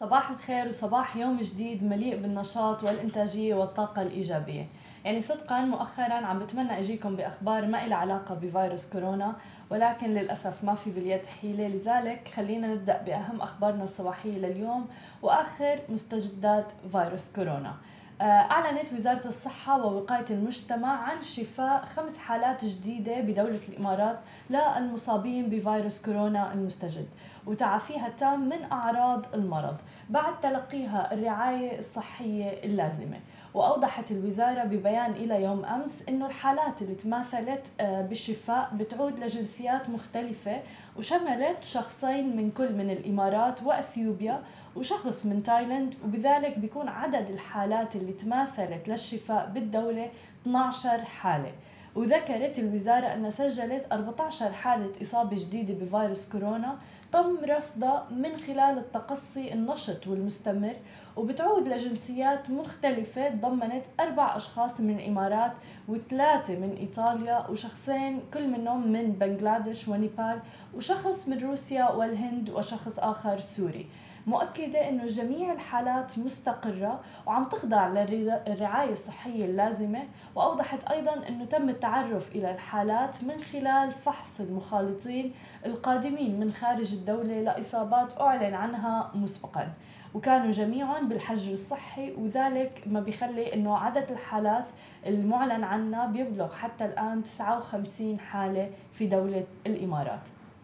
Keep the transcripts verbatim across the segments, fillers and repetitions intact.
صباح الخير وصباح يوم جديد مليء بالنشاط والإنتاجية والطاقة الإيجابية. يعني صدقاً مؤخراً عم بتمنى أجيكم بأخبار ما إلها علاقة بفيروس كورونا، ولكن للأسف ما في باليد حيلة. لذلك خلينا نبدأ بأهم أخبارنا الصباحية لليوم وآخر مستجدات فيروس كورونا. أعلنت وزارة الصحة ووقاية المجتمع عن شفاء خمس حالات جديدة بدولة الإمارات للمصابين بفيروس كورونا المستجد، وتعافيها التام من أعراض المرض بعد تلقيها الرعاية الصحية اللازمة. وأوضحت الوزارة ببيان إلى يوم أمس أنه الحالات اللي تماثلت بالشفاء بتعود لجنسيات مختلفة، وشملت شخصين من كل من الإمارات وأثيوبيا وشخص من تايلاند، وبذلك بيكون عدد الحالات اللي تماثلت للشفاء بالدولة اثنتي عشرة حالة. وذكرت الوزارة أن سجلت أربعة عشر حالة إصابة جديدة بفيروس كورونا تم رصدها من خلال التقصي النشط والمستمر، وبتعود لجنسيات مختلفة ضمنت أربع أشخاص من الإمارات وثلاثة من إيطاليا وشخصين كل منهم من بنغلاديش ونيبال وشخص من روسيا والهند وشخص آخر سوري، مؤكدة أنه جميع الحالات مستقرة وعم تخضع للرعاية الصحية اللازمة. وأوضحت أيضا أنه تم التعرف إلى الحالات من خلال فحص المخالطين القادمين من خارج الدولة لإصابات أعلن عنها مسبقا، وكانوا جميعهم بالحجر الصحي، وذلك ما بيخلي أنه عدد الحالات المعلن عنها بيبلغ حتى الآن تسعة وخمسين حالة في دولة الإمارات.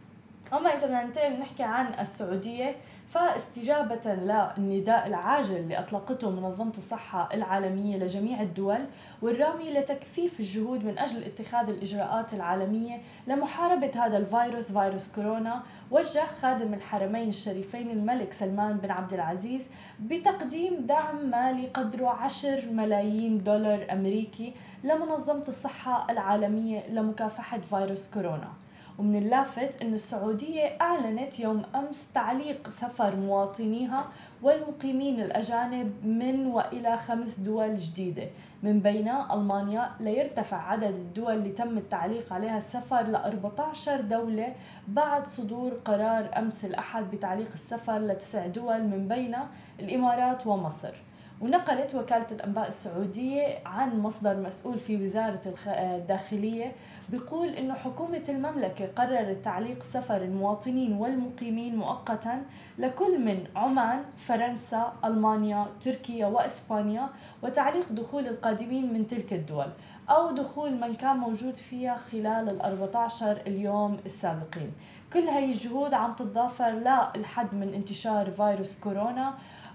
أما إذا بدنا ننتقل نحكي عن السعودية، فاستجابة للنداء العاجل اللي أطلقته منظمة الصحة العالمية لجميع الدول والرامي لتكثيف الجهود من أجل اتخاذ الإجراءات العالمية لمحاربة هذا الفيروس فيروس كورونا، وجه خادم الحرمين الشريفين الملك سلمان بن عبد العزيز بتقديم دعم مالي قدره عشرة ملايين دولار أمريكي لمنظمة الصحة العالمية لمكافحة فيروس كورونا. ومن اللافت أن السعودية أعلنت يوم أمس تعليق سفر مواطنيها والمقيمين الأجانب من وإلى خمس دول جديدة، من بينها ألمانيا، ليرتفع عدد الدول اللي تم التعليق عليها السفر ل أربعة عشر دولة بعد صدور قرار أمس الأحد بتعليق السفر لتسع دول من بينها الإمارات ومصر. ونقلت وكالة الأنباء السعودية عن مصدر مسؤول في وزارة الداخلية بيقول إنه حكومة المملكة قررت تعليق سفر المواطنين والمقيمين مؤقتا لكل من عمان، فرنسا، ألمانيا، تركيا وإسبانيا، وتعليق دخول القادمين من تلك الدول أو دخول من كان موجود فيها خلال الأربعة عشر اليوم السابقين. كل هاي الجهود عم تتضافر للحد من انتشار فيروس كورونا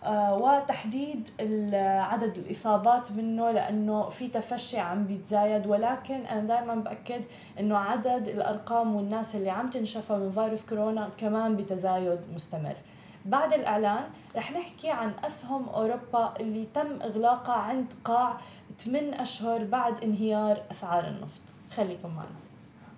وتحديد عدد الإصابات منه، لأنه في تفشي عم بيتزايد، ولكن أنا دائما بأكد أنه عدد الأرقام والناس اللي عم تنشفى من فيروس كورونا كمان بتزايد مستمر. بعد الإعلان رح نحكي عن أسهم أوروبا اللي تم إغلاقها عند قاع ثمانية أشهر بعد انهيار أسعار النفط. خليكم معنا.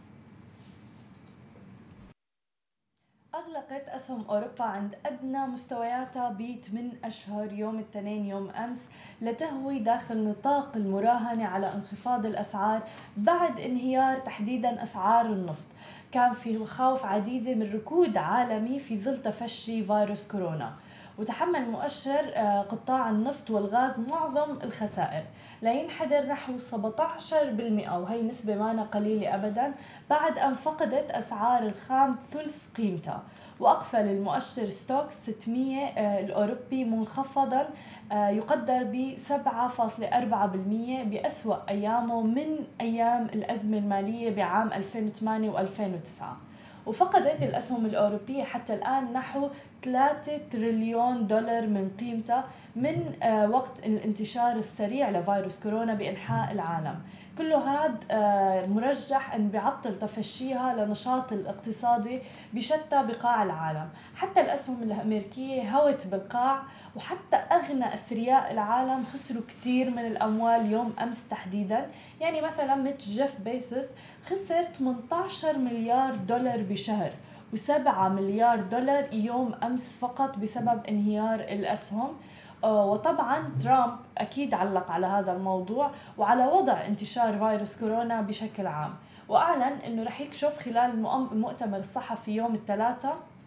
أغلقت أسهم أوروبا عند أدنى مستوياتها ب ثمانية أشهر يوم الاثنين يوم أمس لتهوي داخل نطاق المراهنة على انخفاض الأسعار بعد انهيار تحديدا أسعار النفط. كان في مخاوف عديدة من ركود عالمي في ظل تفشي فيروس كورونا، وتحمل مؤشر قطاع النفط والغاز معظم الخسائر لينحدر نحو سبعة عشر بالمئة، وهي نسبة ما قليلة أبدا بعد أن فقدت أسعار الخام ثلث قيمتها. وأقفل المؤشر ستوكس ستمئة الأوروبي منخفضا يقدر ب سبعة فاصلة أربعة بالمئة بأسوأ أيامه من أيام الأزمة المالية بعام ألفين وثمانية وألفين وتسعة. وفقدت الأسهم الأوروبية حتى الآن نحو ثلاثة تريليون دولار من قيمتها من وقت الانتشار السريع لفيروس كورونا بأنحاء العالم. كل هذا مرجح أن بيعطل تفشيها لنشاط الاقتصادي بشتى بقاع العالم. حتى الأسهم الأمريكية هوت بالقاع، وحتى أغنى أثرياء العالم خسروا كتير من الأموال يوم أمس تحديدا. يعني مثلا مثل جيف بيسوس خسر ثمانية عشر مليار دولار بشهر وسبعة مليار دولار يوم أمس فقط بسبب انهيار الأسهم. وطبعا ترامب أكيد علق على هذا الموضوع وعلى وضع انتشار فيروس كورونا بشكل عام، وأعلن أنه رح يكشف خلال المؤتمر الصحفي يوم الثلاثاء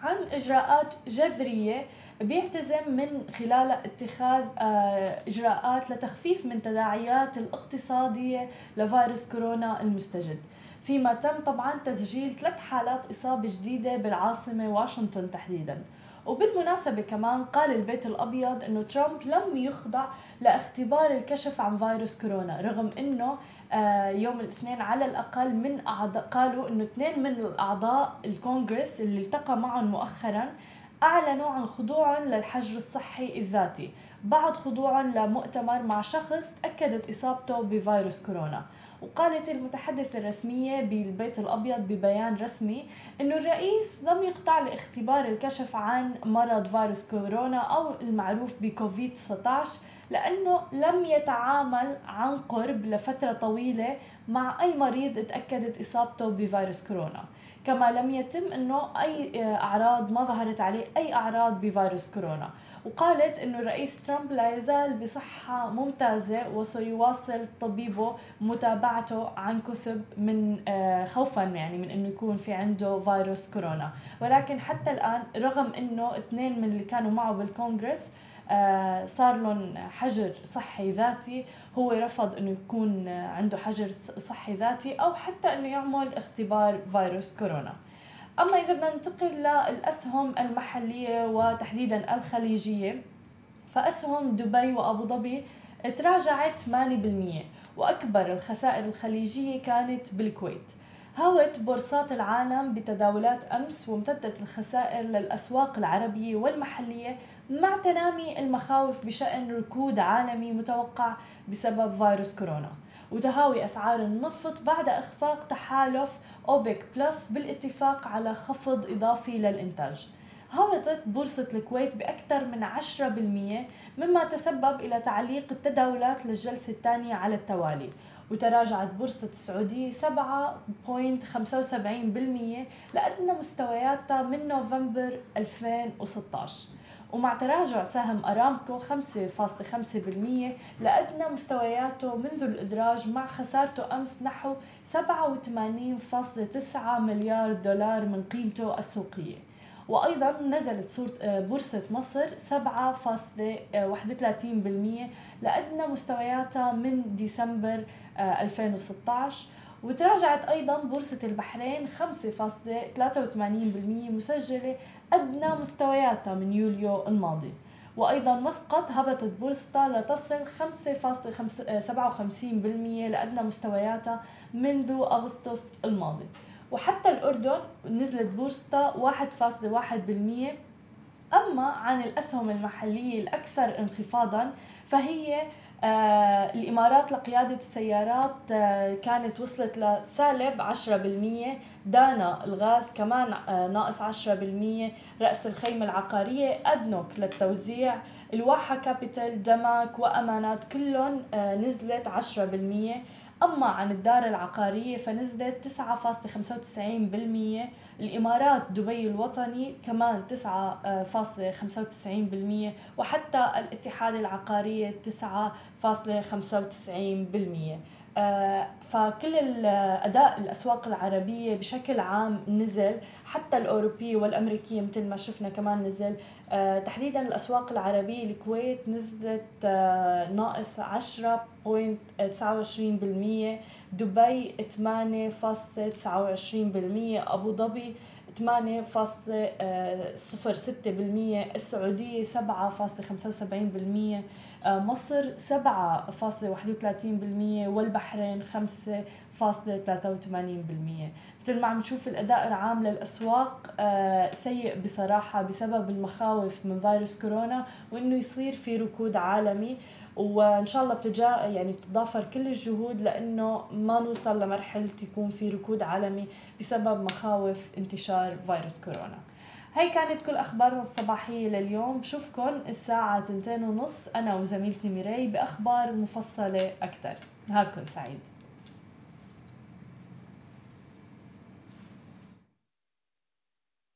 عن إجراءات جذرية بيعتزم من خلال اتخاذ إجراءات لتخفيف من تداعيات الاقتصادية لفيروس كورونا المستجد، فيما تم طبعا تسجيل ثلاث حالات إصابة جديدة بالعاصمة واشنطن تحديدا. وبالمناسبة كمان قال البيت الأبيض أنه ترامب لم يخضع لاختبار الكشف عن فيروس كورونا، رغم أنه يوم الاثنين على الأقل من أعضاء قالوا أنه اثنين من الأعضاء الكونغرس اللي التقى معهم مؤخرا أعلنوا عن خضوعهم للحجر الصحي الذاتي بعد خضوعهم لمؤتمر مع شخص أكدت إصابته بفيروس كورونا. وقالت المتحدثة الرسمية بالبيت الأبيض ببيان رسمي إنه الرئيس لم يخضع لاختبار الكشف عن مرض فيروس كورونا أو المعروف بكوفيد تسعة عشر لأنه لم يتعامل عن قرب لفترة طويلة مع أي مريض اتأكدت إصابته بفيروس كورونا، كما لم يتم إنه أي أعراض ما ظهرت عليه أي أعراض بفيروس كورونا. وقالت إنه الرئيس ترامب لا يزال بصحة ممتازة وسيواصل طبيبه متابعته عن كثب من خوفا يعني من إنه يكون في عنده فيروس كورونا. ولكن حتى الآن رغم إنه اثنين من اللي كانوا معه بالكونغرس صار لهم حجر صحي ذاتي، هو رفض إنه يكون عنده حجر صحي ذاتي أو حتى إنه يعمل اختبار فيروس كورونا. أما إذا بدنا ننتقل للأسهم المحلية وتحديدا الخليجية، فأسهم دبي وأبو ظبي تراجعت ثمانية بالمئة، وأكبر الخسائر الخليجية كانت بالكويت. هاوت بورصات العالم بتداولات أمس وامتدت الخسائر للأسواق العربية والمحلية مع تنامي المخاوف بشأن ركود عالمي متوقع بسبب فيروس كورونا، وتهاوي أسعار النفط بعد إخفاق تحالف أوبك بلس بالاتفاق على خفض إضافي للإنتاج. هبطت بورصة الكويت بأكثر من عشرة بالمئة مما تسبب إلى تعليق التداولات للجلسة الثانية على التوالي. وتراجعت بورصة السعودية سبعة فاصلة خمسة وسبعين بالمئة لأدنى مستوياتها من نوفمبر ألفين وستة عشر، ومع تراجع سهم أرامكو خمسة فاصلة خمسة بالمئة لأدنى مستوياته منذ الإدراج مع خسارته أمس نحو سبعة وثمانين فاصلة تسعة مليار دولار من قيمته السوقية. وأيضا نزلت بورصة مصر سبعة فاصلة واحد وثلاثين بالمئة لأدنى مستوياتها من ديسمبر ألفين وستة عشر. وتراجعت أيضا بورصة البحرين خمسة فاصلة ثلاثة وثمانين بالمئة مسجلة أدنى مستوياتها من يوليو الماضي. وأيضا مسقط هبطت بورصتها لتصل خمسة فاصلة سبعة وخمسين بالمئة لأدنى مستوياتها منذ أغسطس الماضي. وحتى الأردن نزلت بورصتها واحد فاصلة واحد بالمئة. أما عن الأسهم المحلية الأكثر انخفاضا فهي آه الإمارات لقيادة السيارات آه كانت وصلت لسالب عشرة بالمئة، دانا الغاز كمان آه ناقص عشرة بالمئة، رأس الخيمة العقارية أدنوك للتوزيع، الواحة كابيتال، دمك وأمانات كلهم آه نزلت عشرة بالمئة. أما عن الدار العقارية فنزلت تسعة فاصلة خمسة وتسعين بالمئة، الإمارات دبي الوطني كمان تسعة فاصلة خمسة وتسعين بالمئة، وحتى الاتحاد العقارية تسعة فاصلة خمسة وتسعين بالمئة. فكل الأداء الأسواق العربية بشكل عام نزل، حتى الأوروبية والأمريكية مثل ما شفنا كمان نزل. تحديدا الأسواق العربية الكويت نزلت ناقص عشرة فاصلة تسعة وعشرين بالمئة، دبي ثمانية فاصلة تسعة وعشرين بالمئة، أبو ظبي ثمانية فاصلة صفر ستة بالمئة، السعودية سبعة فاصلة خمسة وسبعين بالمئة، مصر سبعة فاصلة واحد وثلاثين بالمئة، والبحرين خمسة فاصلة ثلاثة وثمانين بالمئة. مثل ما عم نشوف الأداء العام للأسواق سيء بصراحة بسبب المخاوف من فيروس كورونا وإنه يصير في ركود عالمي، وإن شاء الله بتجا يعني بتضافر كل الجهود لأنه ما نوصل لمرحلة يكون في ركود عالمي بسبب مخاوف انتشار فيروس كورونا. هاي كانت كل أخبارنا الصباحية لليوم. بشوفكن الساعة تنتين ونص أنا وزميلتي ميري بأخبار مفصلة أكتر. نهاركن سعيد.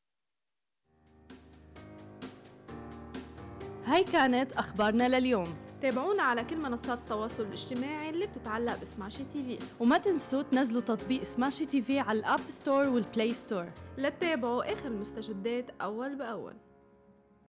هاي كانت أخبارنا لليوم. تابعونا على كل منصات التواصل الاجتماعي اللي بتتعلق بسماشي تي في، وما تنسوا تنزلوا تطبيق سماشي تي في على الاب ستور والبلاي ستور لتتابعوا آخر المستجدات أول بأول.